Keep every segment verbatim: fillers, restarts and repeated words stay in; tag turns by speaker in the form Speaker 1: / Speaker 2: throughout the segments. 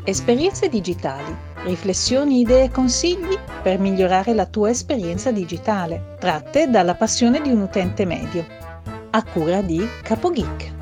Speaker 1: Esperienze digitali, riflessioni, idee e consigli per migliorare la tua esperienza digitale, tratte dalla passione di un utente medio, a cura di CapoGeek.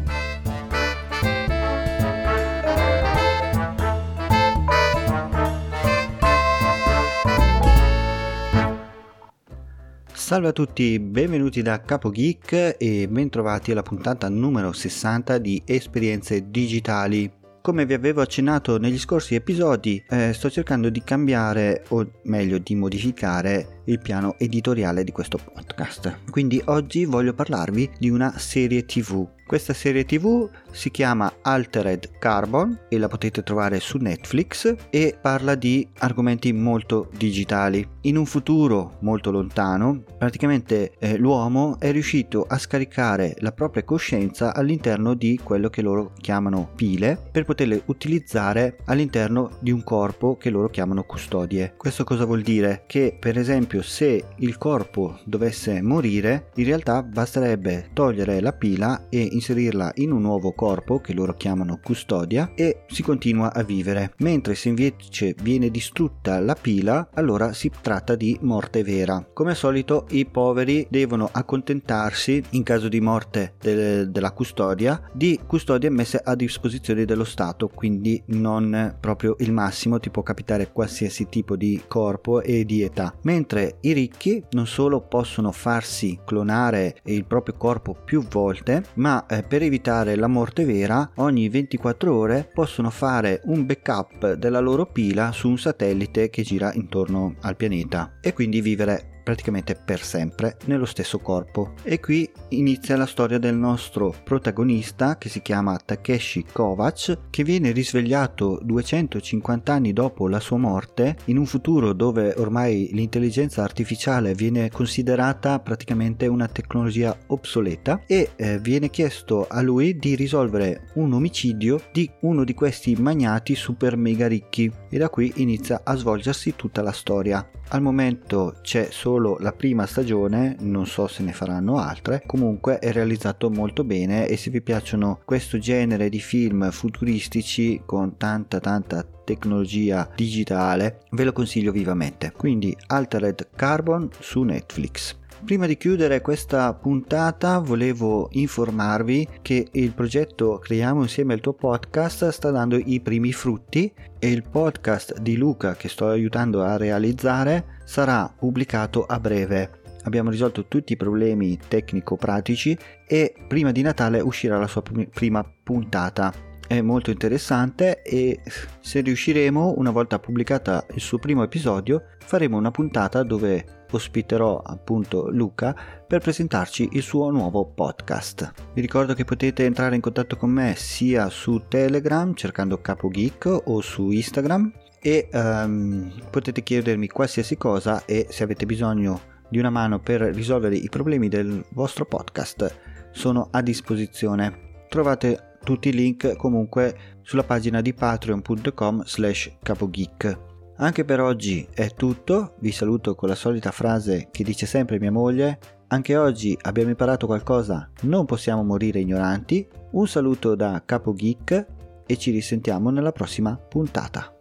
Speaker 2: Salve a tutti, benvenuti da CapoGeek e bentrovati alla puntata numero sessanta di Esperienze digitali. Come vi avevo accennato negli scorsi episodi, eh, sto cercando di cambiare, o meglio di modificare, il piano editoriale di questo podcast. Quindi oggi voglio parlarvi di una serie tivù. Questa serie tivù si chiama Altered Carbon e la potete trovare su Netflix e parla di argomenti molto digitali. In un futuro molto lontano, praticamente eh, l'uomo è riuscito a scaricare la propria coscienza all'interno di quello che loro chiamano pile per poterle utilizzare all'interno di un corpo che loro chiamano custodie. Questo cosa vuol dire? Che per esempio se il corpo dovesse morire, in realtà basterebbe togliere la pila e inserirla in un nuovo corpo che loro chiamano custodia e si continua a vivere, mentre se invece viene distrutta la pila, allora si tratta di morte vera. Come al solito i poveri devono accontentarsi, in caso di morte de- della custodia, di custodie messe a disposizione dello Stato, quindi non proprio il massimo, ti può capitare qualsiasi tipo di corpo e di età, mentre i ricchi non solo possono farsi clonare il proprio corpo più volte, ma eh, per evitare la morte vera ogni ventiquattro ore possono fare un backup della loro pila su un satellite che gira intorno al pianeta e quindi vivere praticamente per sempre nello stesso corpo. E qui inizia la storia del nostro protagonista, che si chiama Takeshi Kovacs, che viene risvegliato duecentocinquanta anni dopo la sua morte in un futuro dove ormai l'intelligenza artificiale viene considerata praticamente una tecnologia obsoleta e eh, viene chiesto a lui di risolvere un omicidio di uno di questi magnati super mega ricchi, e da qui inizia a svolgersi tutta la storia. Al momento c'è solo la prima stagione, non so se ne faranno altre, comunque è realizzato molto bene e se vi piacciono questo genere di film futuristici con tanta tanta tecnologia digitale ve lo consiglio vivamente. Quindi Altered Carbon su Netflix. Prima di chiudere questa puntata volevo informarvi che il progetto Creiamo insieme il tuo podcast sta dando i primi frutti e il podcast di Luca che sto aiutando a realizzare sarà pubblicato a breve. Abbiamo risolto tutti i problemi tecnico-pratici e prima di Natale uscirà la sua prima puntata. È molto interessante e se riusciremo, una volta pubblicata il suo primo episodio, faremo una puntata dove ospiterò appunto Luca per presentarci il suo nuovo podcast. Vi ricordo che potete entrare in contatto con me sia su Telegram cercando CapoGeek o su Instagram e um, potete chiedermi qualsiasi cosa e se avete bisogno di una mano per risolvere i problemi del vostro podcast sono a disposizione. Trovate tutti i link comunque sulla pagina di patreon punto com slash capogeek. Anche per oggi è tutto, vi saluto con la solita frase che dice sempre mia moglie: anche oggi abbiamo imparato qualcosa, non possiamo morire ignoranti. Un saluto da CapoGeek e ci risentiamo nella prossima puntata.